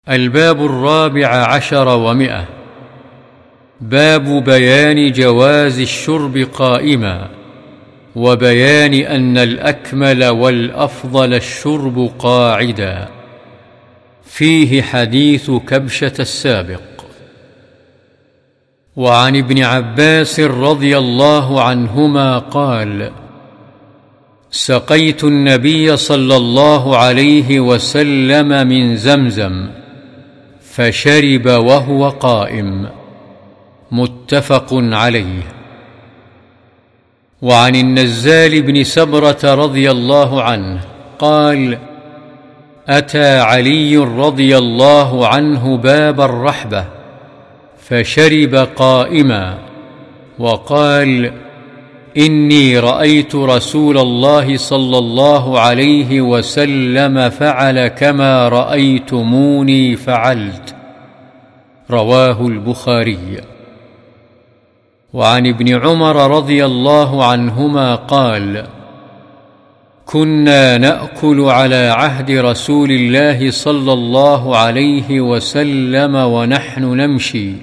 الباب 14 باب بيان جواز الشرب قائما، وبيان أن الأكمل والأفضل الشرب قاعدا. فيه حديث كبشة السابق. وعن ابن عباس رضي الله عنهما قال: سقيت النبي صلى الله عليه وسلم من زمزم فشرب وهو قائم. متفق عليه. وعن النزال بن سبرة رضي الله عنه قال: أتى علي رضي الله عنه باب الرحبة فشرب قائما، وقال: إني رأيت رسول الله صلى الله عليه وسلم فعل كما رأيتموني فعلت. رواه البخاري. وعن ابن عمر رضي الله عنهما قال: كنا نأكل على عهد رسول الله صلى الله عليه وسلم ونحن نمشي،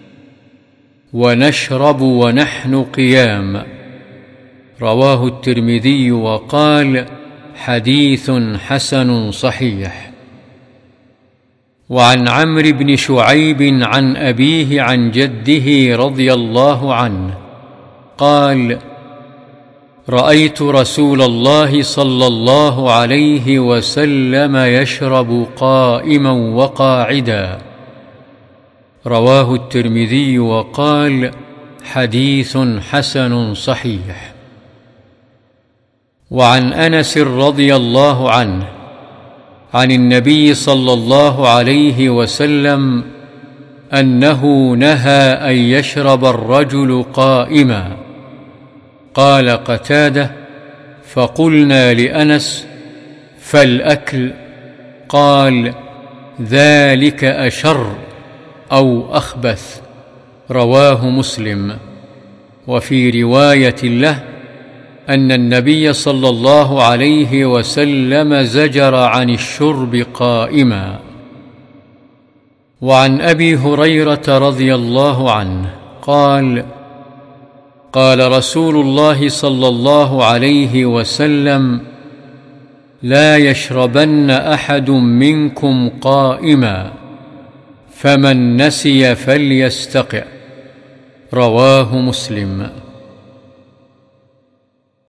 ونشرب ونحن قيام. رواه الترمذي وقال: حديث حسن صحيح. وعن عمرو بن شعيب عن أبيه عن جده رضي الله عنه قال: رأيت رسول الله صلى الله عليه وسلم يشرب قائما وقاعدا. رواه الترمذي وقال: حديث حسن صحيح. وعن أنس رضي الله عنه عن النبي صلى الله عليه وسلم أنه نهى أن يشرب الرجل قائما. قال قتادة: فقلنا لأنس: فالأكل؟ قال: ذلك أشر أو أخبث. رواه مسلم. وفي رواية له أن النبي صلى الله عليه وسلم زجر عن الشرب قائما. وعن أبي هريرة رضي الله عنه قال: قال رسول الله صلى الله عليه وسلم: لا يشربن أحد منكم قائما، فمن نسي فليستقع. رواه مسلم.